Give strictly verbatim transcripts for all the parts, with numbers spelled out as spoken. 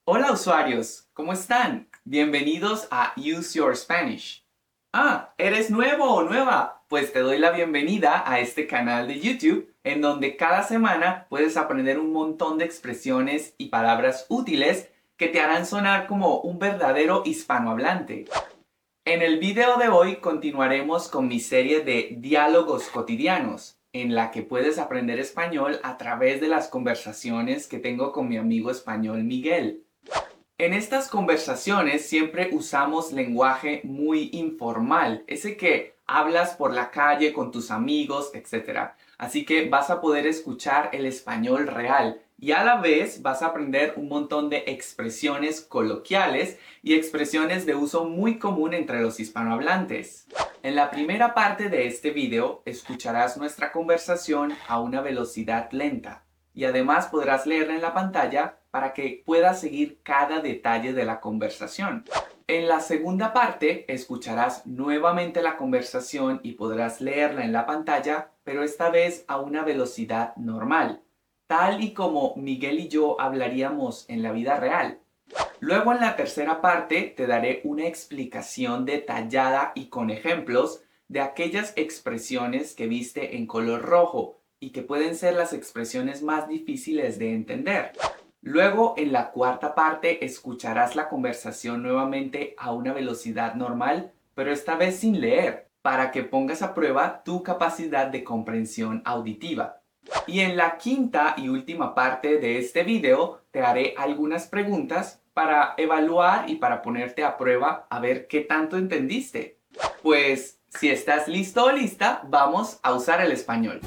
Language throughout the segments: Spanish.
Hola usuarios, ¿cómo están? Bienvenidos a Use Your Spanish. Ah, ¿eres nuevo o nueva? Pues te doy la bienvenida a este canal de YouTube en donde cada semana puedes aprender un montón de expresiones y palabras útiles que te harán sonar como un verdadero hispanohablante. En el video de hoy continuaremos con mi serie de diálogos cotidianos, en la que puedes aprender español a través de las conversaciones que tengo con mi amigo español Miguel. En estas conversaciones siempre usamos lenguaje muy informal, ese que hablas por la calle con tus amigos, etcétera. Así que vas a poder escuchar el español real y a la vez vas a aprender un montón de expresiones coloquiales y expresiones de uso muy común entre los hispanohablantes. En la primera parte de este video escucharás nuestra conversación a una velocidad lenta y además podrás leerla en la pantalla para que puedas seguir cada detalle de la conversación. En la segunda parte escucharás nuevamente la conversación y podrás leerla en la pantalla, pero esta vez a una velocidad normal, tal y como Miguel y yo hablaríamos en la vida real. Luego en la tercera parte te daré una explicación detallada y con ejemplos de aquellas expresiones que viste en color rojo y que pueden ser las expresiones más difíciles de entender. Luego en la cuarta parte escucharás la conversación nuevamente a una velocidad normal, pero esta vez sin leer, para que pongas a prueba tu capacidad de comprensión auditiva. Y en la quinta y última parte de este video te haré algunas preguntas para evaluar y para ponerte a prueba a ver qué tanto entendiste. Pues si estás listo o lista, vamos a usar el español.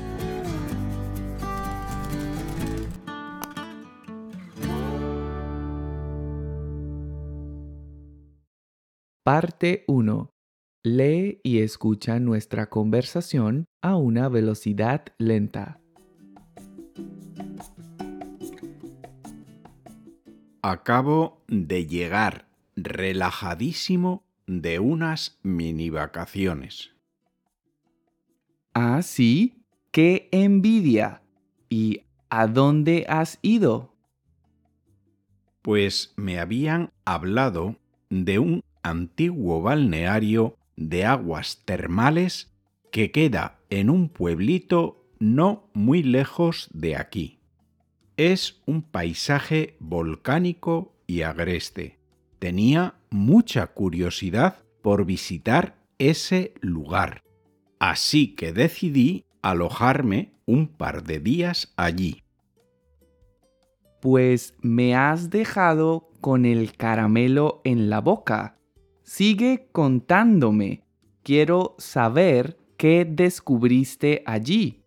Parte uno. Lee y escucha nuestra conversación a una velocidad lenta. Acabo de llegar relajadísimo de unas mini vacaciones. Ah, sí, qué envidia. ¿Y a dónde has ido? Pues me habían hablado de un antiguo balneario de aguas termales que queda en un pueblito no muy lejos de aquí. Es un paisaje volcánico y agreste. Tenía mucha curiosidad por visitar ese lugar, así que decidí alojarme un par de días allí. Pues me has dejado con el caramelo en la boca. Sigue contándome. Quiero saber qué descubriste allí.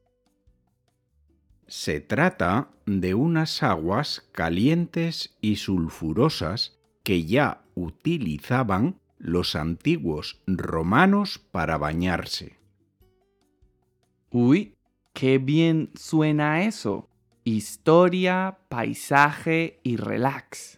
Se trata de unas aguas calientes y sulfurosas que ya utilizaban los antiguos romanos para bañarse. Uy, qué bien suena eso. Historia, paisaje y relax.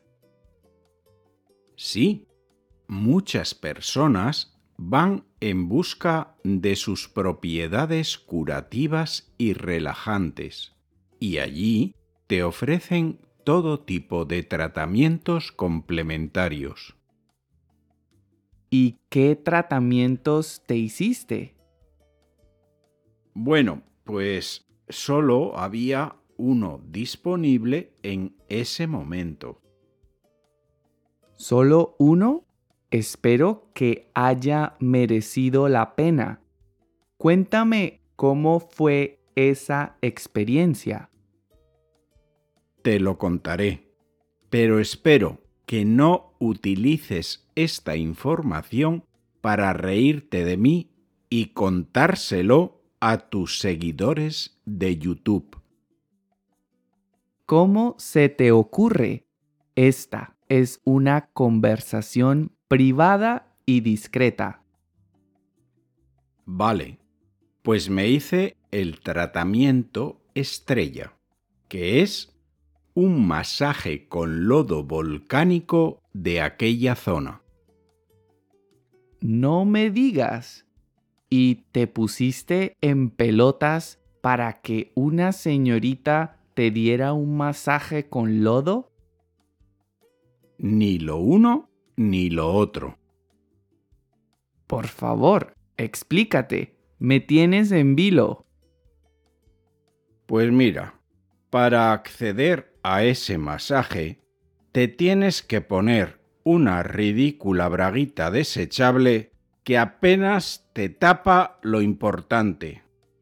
Sí, muchas personas van en busca de sus propiedades curativas y relajantes, y allí te ofrecen todo tipo de tratamientos complementarios. ¿Y qué tratamientos te hiciste? Bueno, pues solo había uno disponible en ese momento. ¿Solo uno? Espero que haya merecido la pena. Cuéntame cómo fue esa experiencia. Te lo contaré, pero espero que no utilices esta información para reírte de mí y contárselo a tus seguidores de YouTube. ¿Cómo se te ocurre? Esta es una conversación privada y discreta. Vale, pues me hice el tratamiento estrella, que es un masaje con lodo volcánico de aquella zona. No me digas. ¿Y te pusiste en pelotas para que una señorita te diera un masaje con lodo? Ni lo uno ni lo otro. Por favor, explícate. Me tienes en vilo. Pues mira, para acceder a ese masaje, te tienes que poner una ridícula braguita desechable que apenas te tapa lo importante.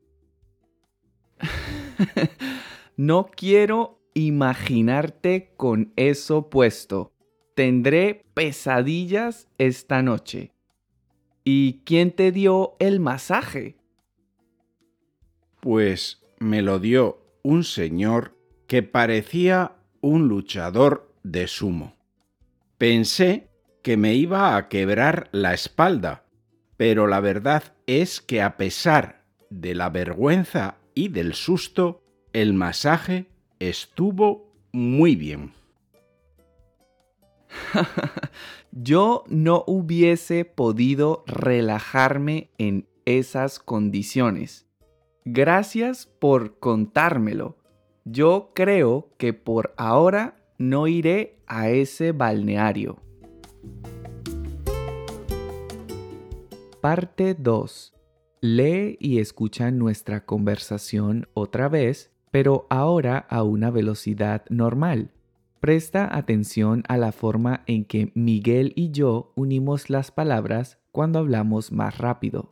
No quiero imaginarte con eso puesto. Tendré pesadillas esta noche. ¿Y quién te dio el masaje? Pues me lo dio un señor que parecía un luchador de sumo. Pensé que me iba a quebrar la espalda, pero la verdad es que a pesar de la vergüenza y del susto, el masaje estuvo muy bien. Yo no hubiese podido relajarme en esas condiciones. Gracias por contármelo. Yo creo que por ahora no iré a ese balneario. Parte dos. Lee y escucha nuestra conversación otra vez, pero ahora a una velocidad normal. Presta atención a la forma en que Miguel y yo unimos las palabras cuando hablamos más rápido.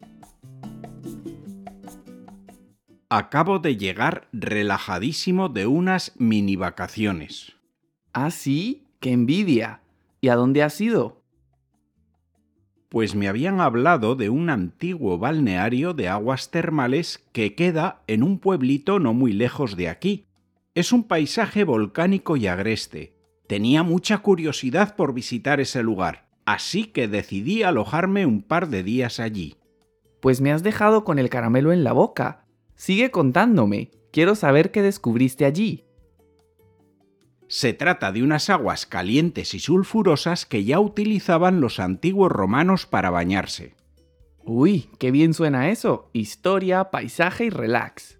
Acabo de llegar relajadísimo de unas mini vacaciones. ¿Ah, sí? ¡Qué envidia! ¿Y a dónde has ido? Pues me habían hablado de un antiguo balneario de aguas termales que queda en un pueblito no muy lejos de aquí. Es un paisaje volcánico y agreste. Tenía mucha curiosidad por visitar ese lugar, así que decidí alojarme un par de días allí. Pues me has dejado con el caramelo en la boca. Sigue contándome. Quiero saber qué descubriste allí. Se trata de unas aguas calientes y sulfurosas que ya utilizaban los antiguos romanos para bañarse. Uy, qué bien suena eso. Historia, paisaje y relax.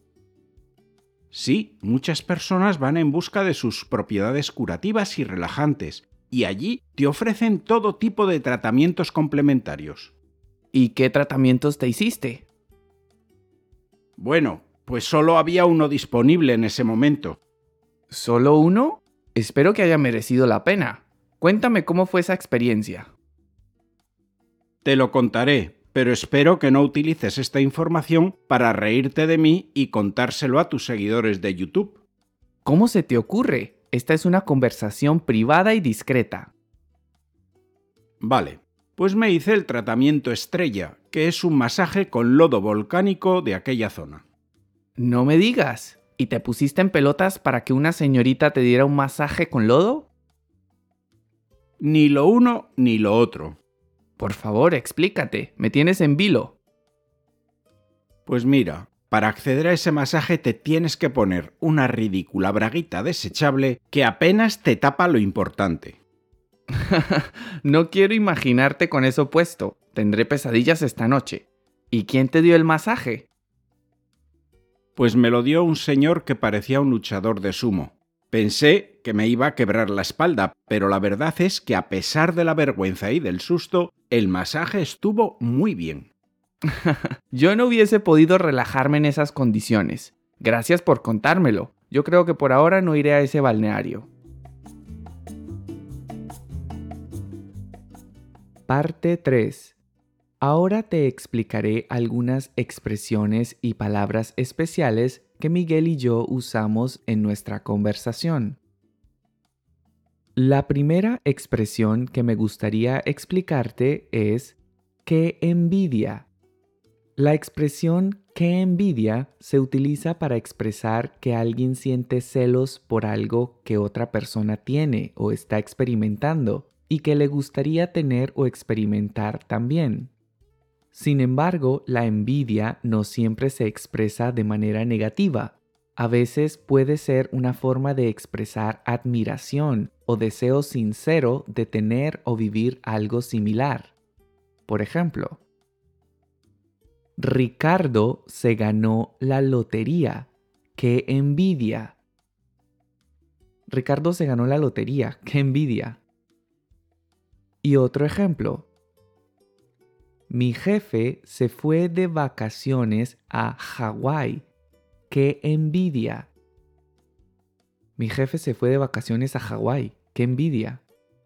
Sí, muchas personas van en busca de sus propiedades curativas y relajantes, y allí te ofrecen todo tipo de tratamientos complementarios. ¿Y qué tratamientos te hiciste? Bueno, pues solo había uno disponible en ese momento. ¿Solo uno? Espero que haya merecido la pena. Cuéntame cómo fue esa experiencia. Te lo contaré, pero espero que no utilices esta información para reírte de mí y contárselo a tus seguidores de YouTube. ¿Cómo se te ocurre? Esta es una conversación privada y discreta. Vale, pues me hice el tratamiento estrella, que es un masaje con lodo volcánico de aquella zona. No me digas. ¿Y te pusiste en pelotas para que una señorita te diera un masaje con lodo? Ni lo uno ni lo otro. Por favor, explícate. Me tienes en vilo. Pues mira, para acceder a ese masaje te tienes que poner una ridícula braguita desechable que apenas te tapa lo importante. No quiero imaginarte con eso puesto. Tendré pesadillas esta noche. ¿Y quién te dio el masaje? Pues me lo dio un señor que parecía un luchador de sumo. Pensé que me iba a quebrar la espalda, pero la verdad es que a pesar de la vergüenza y del susto, el masaje estuvo muy bien. Yo no hubiese podido relajarme en esas condiciones. Gracias por contármelo. Yo creo que por ahora no iré a ese balneario. Parte tres. Ahora te explicaré algunas expresiones y palabras especiales que Miguel y yo usamos en nuestra conversación. La primera expresión que me gustaría explicarte es ¡qué envidia! La expresión ¡qué envidia! Se utiliza para expresar que alguien siente celos por algo que otra persona tiene o está experimentando y que le gustaría tener o experimentar también. Sin embargo, la envidia no siempre se expresa de manera negativa. A veces puede ser una forma de expresar admiración o deseo sincero de tener o vivir algo similar. Por ejemplo, Ricardo se ganó la lotería. ¡Qué envidia! Ricardo se ganó la lotería. ¡Qué envidia! Y otro ejemplo. Mi jefe se fue de vacaciones a Hawái. ¡Qué envidia! Mi jefe se fue de vacaciones a Hawái. ¡Qué envidia!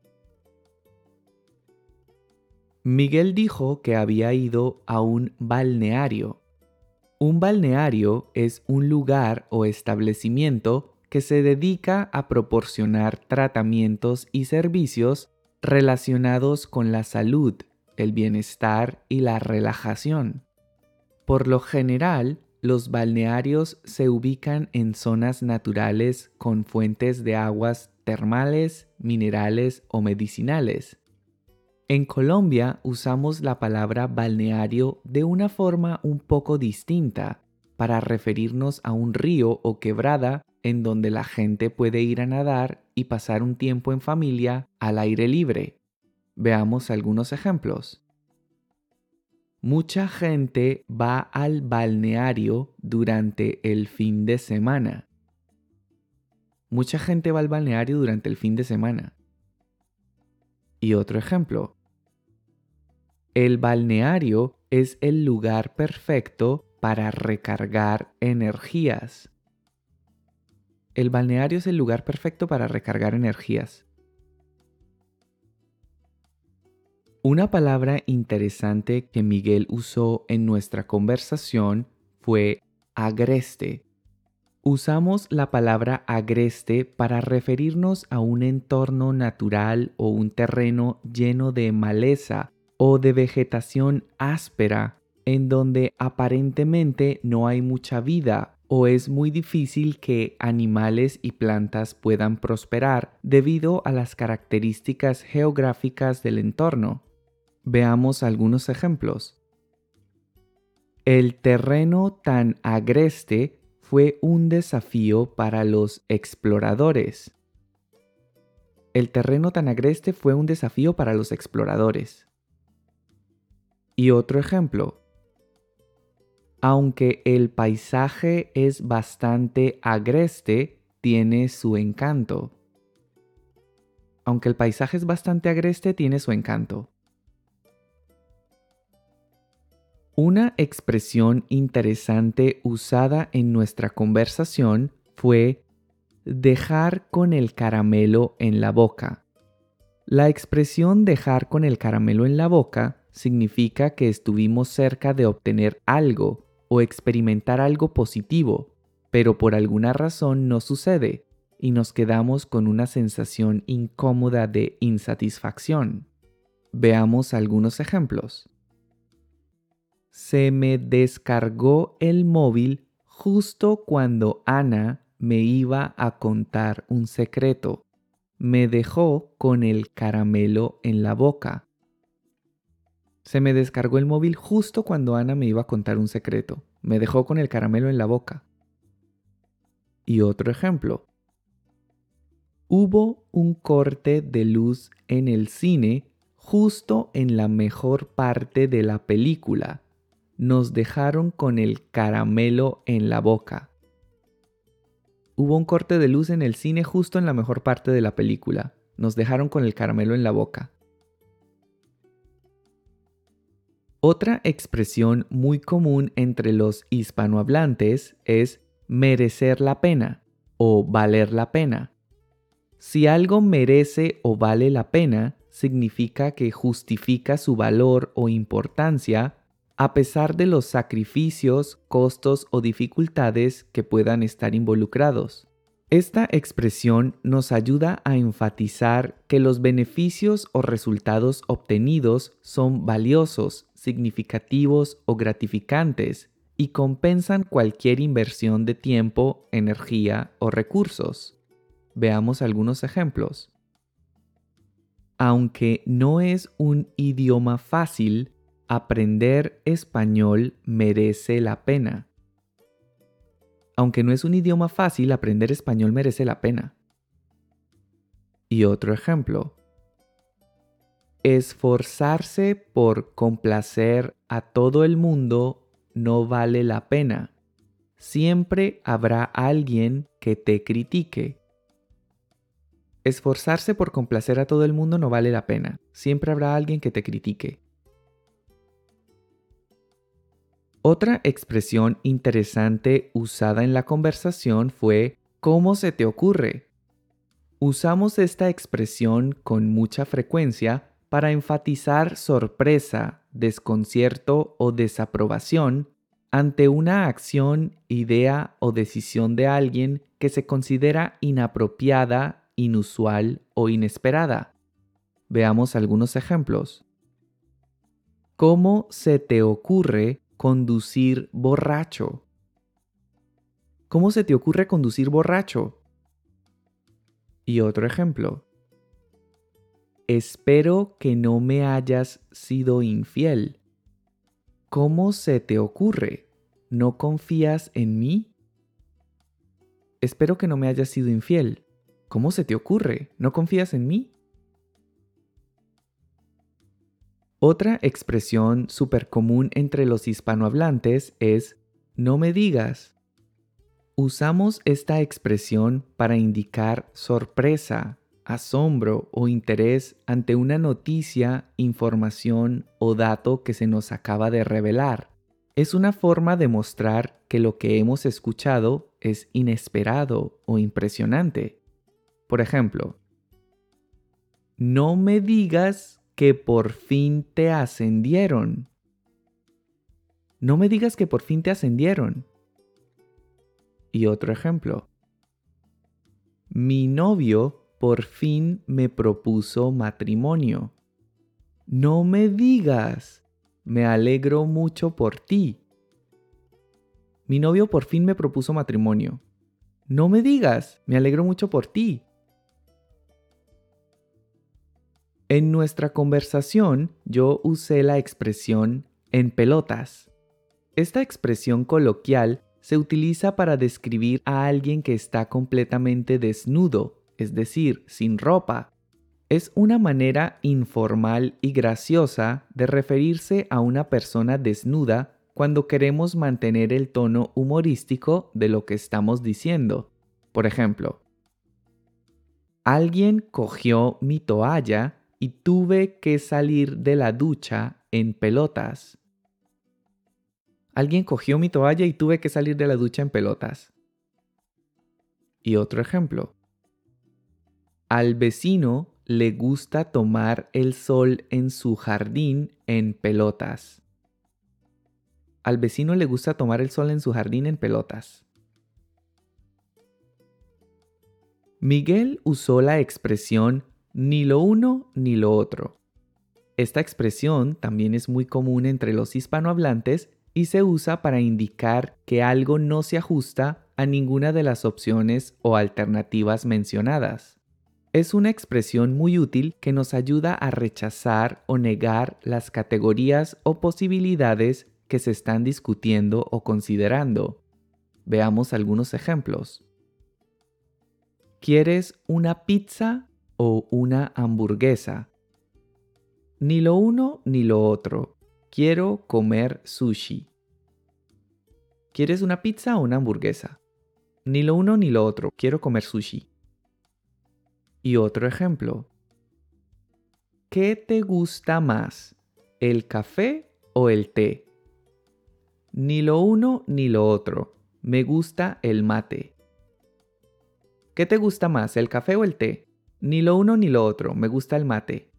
Miguel dijo que había ido a un balneario. Un balneario es un lugar o establecimiento que se dedica a proporcionar tratamientos y servicios relacionados con la salud, el bienestar y la relajación. Por lo general, los balnearios se ubican en zonas naturales con fuentes de aguas termales, minerales o medicinales. En Colombia usamos la palabra balneario de una forma un poco distinta para referirnos a un río o quebrada en donde la gente puede ir a nadar y pasar un tiempo en familia al aire libre. Veamos algunos ejemplos. Mucha gente va al balneario durante el fin de semana. Mucha gente va al balneario durante el fin de semana. Y otro ejemplo. El balneario es el lugar perfecto para recargar energías. El balneario es el lugar perfecto para recargar energías. Una palabra interesante que Miguel usó en nuestra conversación fue agreste. Usamos la palabra agreste para referirnos a un entorno natural o un terreno lleno de maleza o de vegetación áspera, en donde aparentemente no hay mucha vida o es muy difícil que animales y plantas puedan prosperar debido a las características geográficas del entorno. Veamos algunos ejemplos. El terreno tan agreste fue un desafío para los exploradores. El terreno tan agreste fue un desafío para los exploradores. Y otro ejemplo. Aunque el paisaje es bastante agreste, tiene su encanto. Aunque el paisaje es bastante agreste, tiene su encanto. Una expresión interesante usada en nuestra conversación fue dejar con el caramelo en la boca. La expresión dejar con el caramelo en la boca significa que estuvimos cerca de obtener algo o experimentar algo positivo, pero por alguna razón no sucede y nos quedamos con una sensación incómoda de insatisfacción. Veamos algunos ejemplos. Se me descargó el móvil justo cuando Ana me iba a contar un secreto. Me dejó con el caramelo en la boca. Se me descargó el móvil justo cuando Ana me iba a contar un secreto. Me dejó con el caramelo en la boca. Y otro ejemplo. Hubo un corte de luz en el cine justo en la mejor parte de la película. Nos dejaron con el caramelo en la boca. Hubo un corte de luz en el cine justo en la mejor parte de la película. Nos dejaron con el caramelo en la boca. Otra expresión muy común entre los hispanohablantes es merecer la pena o valer la pena. Si algo merece o vale la pena, significa que justifica su valor o importancia a pesar de los sacrificios, costos o dificultades que puedan estar involucrados. Esta expresión nos ayuda a enfatizar que los beneficios o resultados obtenidos son valiosos, significativos o gratificantes y compensan cualquier inversión de tiempo, energía o recursos. Veamos algunos ejemplos. Aunque no es un idioma fácil, aprender español merece la pena. Aunque no es un idioma fácil, aprender español merece la pena. Y otro ejemplo. Esforzarse por complacer a todo el mundo no vale la pena. Siempre habrá alguien que te critique. Esforzarse por complacer a todo el mundo no vale la pena. Siempre habrá alguien que te critique. Otra expresión interesante usada en la conversación fue ¿cómo se te ocurre? Usamos esta expresión con mucha frecuencia para enfatizar sorpresa, desconcierto o desaprobación ante una acción, idea o decisión de alguien que se considera inapropiada, inusual o inesperada. Veamos algunos ejemplos. ¿Cómo se te ocurre conducir borracho? ¿Cómo se te ocurre conducir borracho? Y otro ejemplo. Espero que no me hayas sido infiel. ¿Cómo se te ocurre? ¿No confías en mí? Espero que no me hayas sido infiel. ¿Cómo se te ocurre? ¿No confías en mí? Otra expresión súper común entre los hispanohablantes es no me digas. Usamos esta expresión para indicar sorpresa, asombro o interés ante una noticia, información o dato que se nos acaba de revelar. Es una forma de mostrar que lo que hemos escuchado es inesperado o impresionante. Por ejemplo, no me digas que por fin te ascendieron. No me digas que por fin te ascendieron. Y otro ejemplo. Mi novio por fin me propuso matrimonio. No me digas. Me alegro mucho por ti. Mi novio por fin me propuso matrimonio. No me digas. Me alegro mucho por ti. En nuestra conversación, yo usé la expresión en pelotas. Esta expresión coloquial se utiliza para describir a alguien que está completamente desnudo, es decir, sin ropa. Es una manera informal y graciosa de referirse a una persona desnuda cuando queremos mantener el tono humorístico de lo que estamos diciendo. Por ejemplo, alguien cogió mi toalla y tuve que salir de la ducha en pelotas. Alguien cogió mi toalla y tuve que salir de la ducha en pelotas. Y otro ejemplo. Al vecino le gusta tomar el sol en su jardín en pelotas. Al vecino le gusta tomar el sol en su jardín en pelotas. Miguel usó la expresión ni lo uno ni lo otro. Esta expresión también es muy común entre los hispanohablantes y se usa para indicar que algo no se ajusta a ninguna de las opciones o alternativas mencionadas. Es una expresión muy útil que nos ayuda a rechazar o negar las categorías o posibilidades que se están discutiendo o considerando. Veamos algunos ejemplos. ¿Quieres una pizza o una hamburguesa? Ni lo uno ni lo otro. Quiero comer sushi. ¿Quieres una pizza o una hamburguesa? Ni lo uno ni lo otro. Quiero comer sushi. Y otro ejemplo. ¿Qué te gusta más? ¿El café o el té? Ni lo uno ni lo otro. Me gusta el mate. ¿Qué te gusta más? ¿El café o el té? Ni lo uno ni lo otro. Me gusta el mate.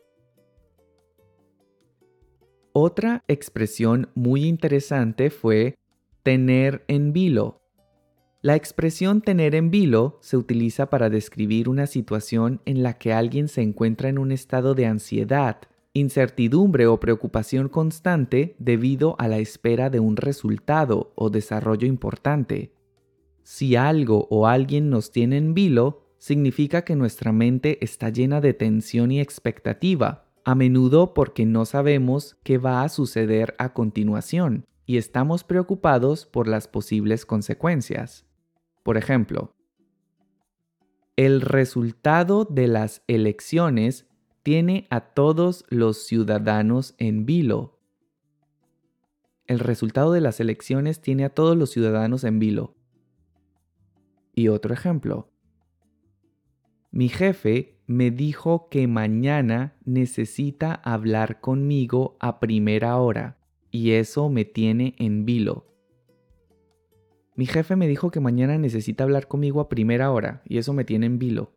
Otra expresión muy interesante fue tener en vilo. La expresión tener en vilo se utiliza para describir una situación en la que alguien se encuentra en un estado de ansiedad, incertidumbre o preocupación constante debido a la espera de un resultado o desarrollo importante. Si algo o alguien nos tiene en vilo, significa que nuestra mente está llena de tensión y expectativa, a menudo porque no sabemos qué va a suceder a continuación y estamos preocupados por las posibles consecuencias. Por ejemplo, el resultado de las elecciones tiene a todos los ciudadanos en vilo. El resultado de las elecciones tiene a todos los ciudadanos en vilo. Y otro ejemplo. Mi jefe me dijo que mañana necesita hablar conmigo a primera hora y eso me tiene en vilo. Mi jefe me dijo que mañana necesita hablar conmigo a primera hora y eso me tiene en vilo.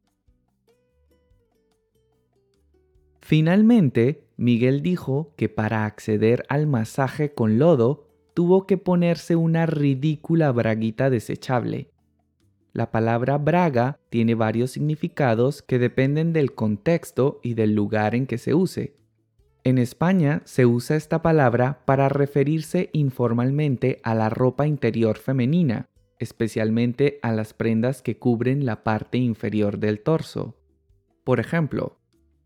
Finalmente, Miguel dijo que para acceder al masaje con lodo tuvo que ponerse una ridícula braguita desechable. La palabra braga tiene varios significados que dependen del contexto y del lugar en que se use. En España se usa esta palabra para referirse informalmente a la ropa interior femenina, especialmente a las prendas que cubren la parte inferior del torso. Por ejemplo,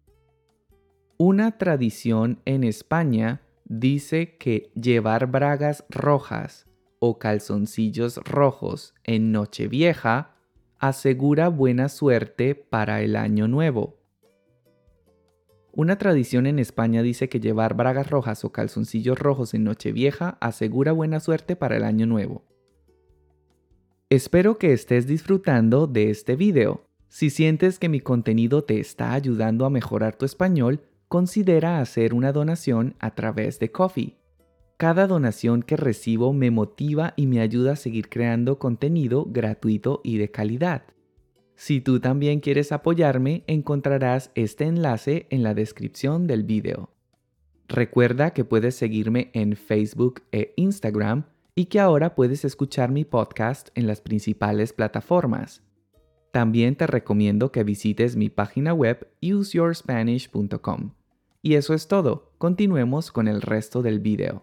una tradición en España dice que llevar bragas rojas o calzoncillos rojos en Nochevieja asegura buena suerte para el año nuevo. Una tradición en España dice que llevar bragas rojas o calzoncillos rojos en Nochevieja asegura buena suerte para el año nuevo. Espero que estés disfrutando de este video. Si sientes que mi contenido te está ayudando a mejorar tu español, considera hacer una donación a través de Ko-fi. Cada donación que recibo me motiva y me ayuda a seguir creando contenido gratuito y de calidad. Si tú también quieres apoyarme, encontrarás este enlace en la descripción del video. Recuerda que puedes seguirme en Facebook e Instagram y que ahora puedes escuchar mi podcast en las principales plataformas. También te recomiendo que visites mi página web use your spanish punto com. Y eso es todo. Continuemos con el resto del video.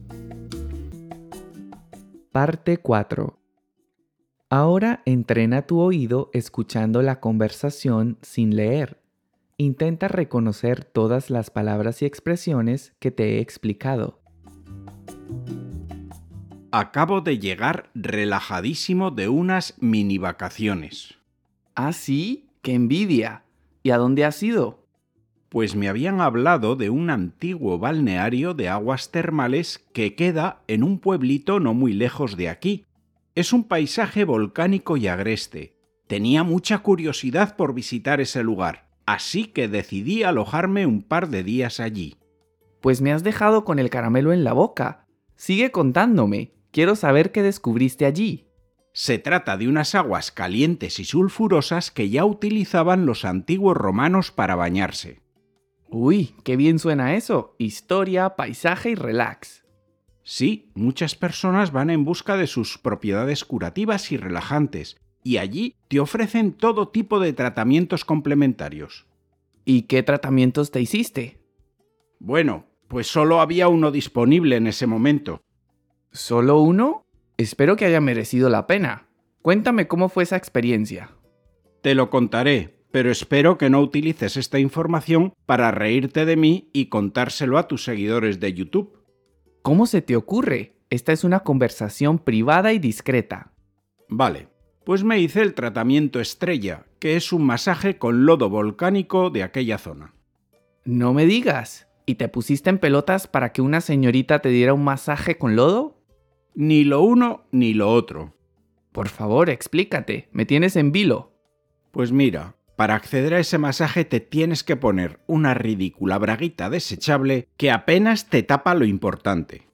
Parte cuatro. Ahora entrena tu oído escuchando la conversación sin leer. Intenta reconocer todas las palabras y expresiones que te he explicado. Acabo de llegar relajadísimo de unas mini vacaciones. ¿Ah, sí? ¡Qué envidia! ¿Y a dónde has ido? Pues me habían hablado de un antiguo balneario de aguas termales que queda en un pueblito no muy lejos de aquí. Es un paisaje volcánico y agreste. Tenía mucha curiosidad por visitar ese lugar, así que decidí alojarme un par de días allí. Pues me has dejado con el caramelo en la boca. Sigue contándome. Quiero saber qué descubriste allí. Se trata de unas aguas calientes y sulfurosas que ya utilizaban los antiguos romanos para bañarse. Uy, qué bien suena eso. Historia, paisaje y relax. Sí, muchas personas van en busca de sus propiedades curativas y relajantes, y allí te ofrecen todo tipo de tratamientos complementarios. ¿Y qué tratamientos te hiciste? Bueno, pues solo había uno disponible en ese momento. ¿Solo uno? Espero que haya merecido la pena. Cuéntame cómo fue esa experiencia. Te lo contaré, pero espero que no utilices esta información para reírte de mí y contárselo a tus seguidores de YouTube. ¿Cómo se te ocurre? Esta es una conversación privada y discreta. Vale, pues me hice el tratamiento estrella, que es un masaje con lodo volcánico de aquella zona. No me digas. ¿Y te pusiste en pelotas para que una señorita te diera un masaje con lodo? Ni lo uno ni lo otro. Por favor, explícate. Me tienes en vilo. Pues mira, para acceder a ese masaje te tienes que poner una ridícula braguita desechable que apenas te tapa lo importante.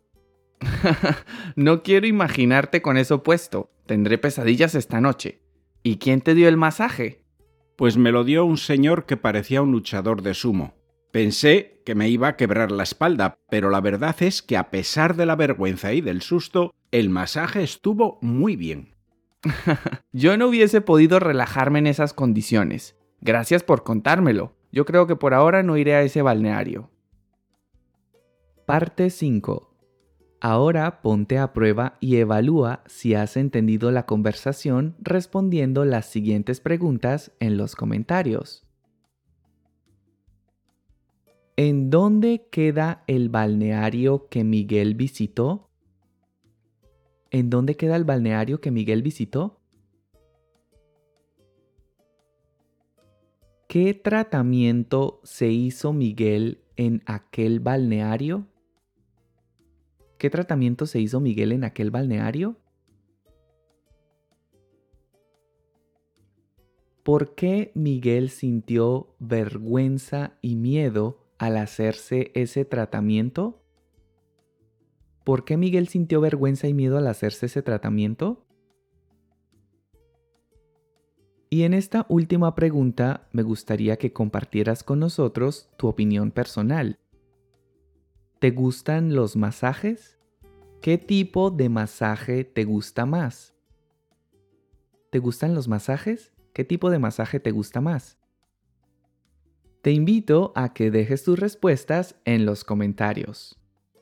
No quiero imaginarte con eso puesto. Tendré pesadillas esta noche. ¿Y quién te dio el masaje? Pues me lo dio un señor que parecía un luchador de sumo. Pensé que me iba a quebrar la espalda, pero la verdad es que a pesar de la vergüenza y del susto, el masaje estuvo muy bien. Yo no hubiese podido relajarme en esas condiciones. Gracias por contármelo. Yo creo que por ahora no iré a ese balneario. Parte cinco. Ahora ponte a prueba y evalúa si has entendido la conversación respondiendo las siguientes preguntas en los comentarios. ¿En dónde queda el balneario que Miguel visitó? ¿En dónde queda el balneario que Miguel visitó? ¿Qué tratamiento se hizo Miguel en aquel balneario? ¿Qué tratamiento se hizo Miguel en aquel balneario? ¿Por qué Miguel sintió vergüenza y miedo al hacerse ese tratamiento? ¿Por qué Miguel sintió vergüenza y miedo al hacerse ese tratamiento? Y en esta última pregunta me gustaría que compartieras con nosotros tu opinión personal. ¿Te gustan los masajes? ¿Qué tipo de masaje te gusta más? ¿Te gustan los masajes? ¿Qué tipo de masaje te gusta más? Te invito a que dejes tus respuestas en los comentarios.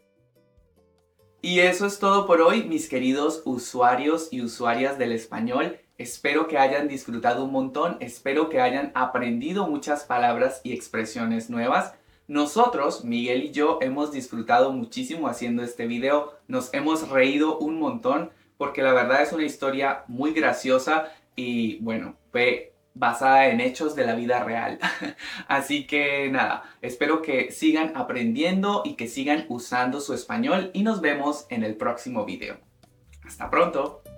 Y eso es todo por hoy, mis queridos usuarios y usuarias del español. Espero que hayan disfrutado un montón, espero que hayan aprendido muchas palabras y expresiones nuevas. Nosotros, Miguel y yo, hemos disfrutado muchísimo haciendo este video, nos hemos reído un montón porque la verdad es una historia muy graciosa y bueno, fue basada en hechos de la vida real. Así que nada, espero que sigan aprendiendo y que sigan usando su español y nos vemos en el próximo video. ¡Hasta pronto!